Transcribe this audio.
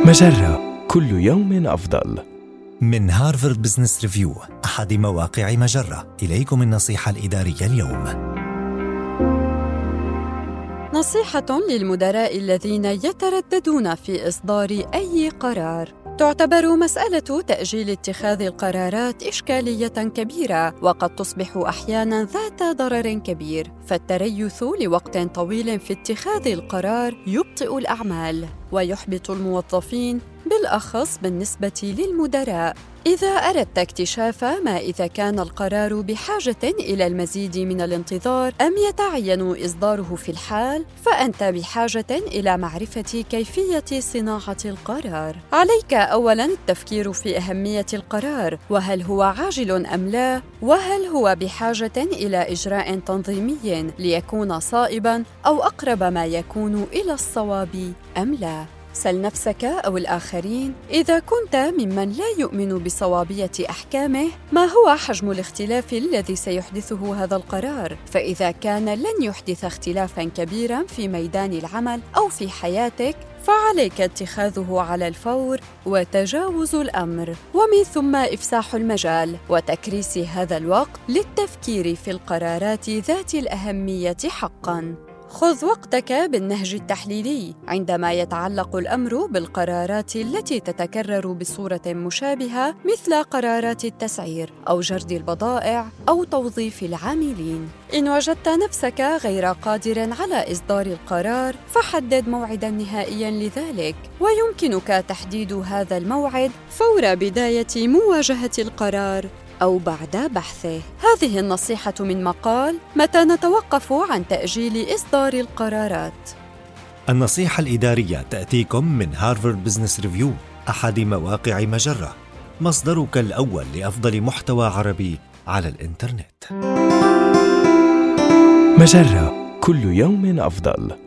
مجرة، كل يوم أفضل. من هارفارد بزنس ريفيو، أحد مواقع مجرة، إليكم النصيحة الإدارية اليوم. نصيحة للمدراء الذين يترددون في إصدار أي قرار. تعتبر مسألة تأجيل اتخاذ القرارات إشكالية كبيرة، وقد تصبح أحياناً ذات ضرر كبير، فالتريث لوقت طويل في اتخاذ القرار يبطئ الأعمال ويحبط الموظفين، بالأخص بالنسبة للمدراء. إذا أردت اكتشاف ما إذا كان القرار بحاجة إلى المزيد من الانتظار أم يتعين إصداره في الحال، فأنت بحاجة إلى معرفة كيفية صناعة القرار. عليك أولاً التفكير في أهمية القرار، وهل هو عاجل أم لا، وهل هو بحاجة إلى إجراء تنظيمي ليكون صائباً أو أقرب ما يكون إلى الصواب أم لا. سل نفسك أو الآخرين إذا كنت ممن لا يؤمن بصوابية أحكامه، ما هو حجم الاختلاف الذي سيحدثه هذا القرار؟ فإذا كان لن يحدث اختلافاً كبيراً في ميدان العمل أو في حياتك، فعليك اتخاذه على الفور وتجاوز الأمر، ومن ثم إفساح المجال وتكريس هذا الوقت للتفكير في القرارات ذات الأهمية حقاً. خذ وقتك بالنهج التحليلي عندما يتعلق الأمر بالقرارات التي تتكرر بصورة مشابهة، مثل قرارات التسعير أو جرد البضائع أو توظيف العاملين. إن وجدت نفسك غير قادر على إصدار القرار، فحدد موعداً نهائياً لذلك، ويمكنك تحديد هذا الموعد فور بداية مواجهة القرار أو بعد بحثه. هذه النصيحة من مقال متى نتوقف عن تأجيل إصدار القرارات. النصيحة الإدارية تأتيكم من هارفارد بزنس ريفيو، أحد مواقع مجرة، مصدرك الأول لأفضل محتوى عربي على الإنترنت. مجرة، كل يوم أفضل.